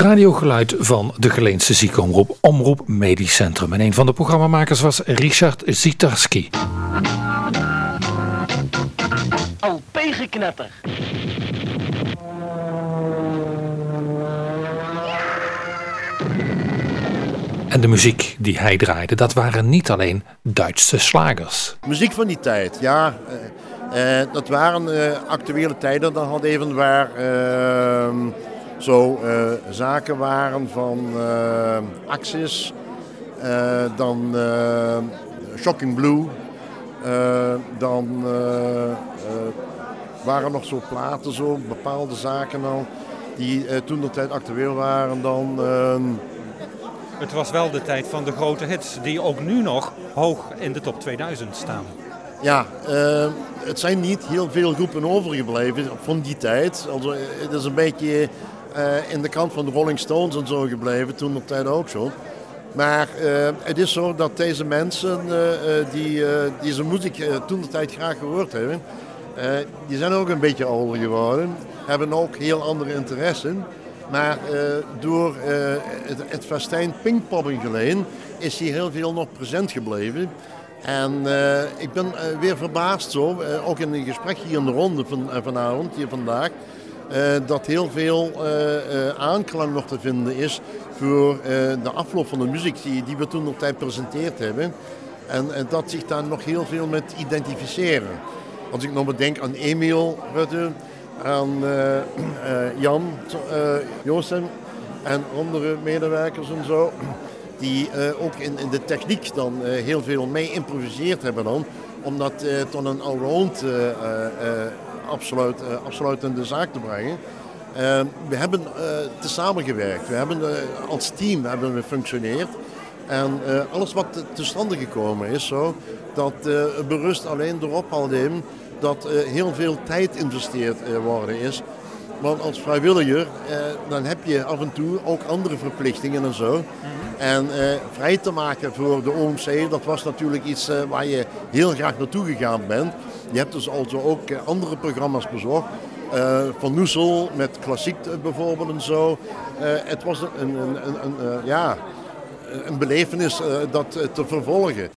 radiogeluid van de Geleense Ziekenomroep, Omroep Medisch Centrum. En een van de programmamakers was Richard Zitarski. LP-geknetter. En de muziek die hij draaide, dat waren niet alleen Duitse slagers. Muziek van die tijd, ja. Dat waren actuele tijden. Dat had even waar zaken waren van Axis, dan Shocking Blue, dan waren nog zo platen, zo bepaalde zaken al, die toen de tijd actueel waren. Dan het was wel de tijd van de grote hits, die ook nu nog hoog in de top 2000 staan. Ja, het zijn niet heel veel groepen overgebleven van die tijd. Also, het is een beetje in de kant van de Rolling Stones en zo gebleven, toen op tijd ook zo. Maar het is zo dat deze mensen die deze muziek toen de tijd graag gehoord hebben, die zijn ook een beetje ouder geworden, hebben ook heel andere interessen. Maar door het festijn Pinkpopping geleden is hier heel veel nog present gebleven. En ik ben weer verbaasd zo, ook in een gesprek hier in de ronde vanavond, hier vandaag, dat heel veel aanklank nog te vinden is voor de afloop van de muziek die we toen op tijd presenteerd hebben. En dat zich daar nog heel veel met identificeren. Als ik nog bedenk aan Emiel Rutte, aan Jan, Joosten en andere medewerkers en zo, die ook in de techniek dan heel veel mee improviseerd hebben dan, om dat tot een allround afsluitende zaak te brengen. We hebben tezamen gewerkt, we hebben als team hebben we functioneerd. En alles wat te stande gekomen is, zo, dat berust alleen erop al nemen dat heel veel tijd investeerd worden is. Want als vrijwilliger, dan heb je af en toe ook andere verplichtingen en zo. En vrij te maken voor de OMC, dat was natuurlijk iets waar je heel graag naartoe gegaan bent. Je hebt dus also ook andere programma's bezocht. Van Noesel met klassiek bijvoorbeeld en zo. Het was een belevenis dat te vervolgen.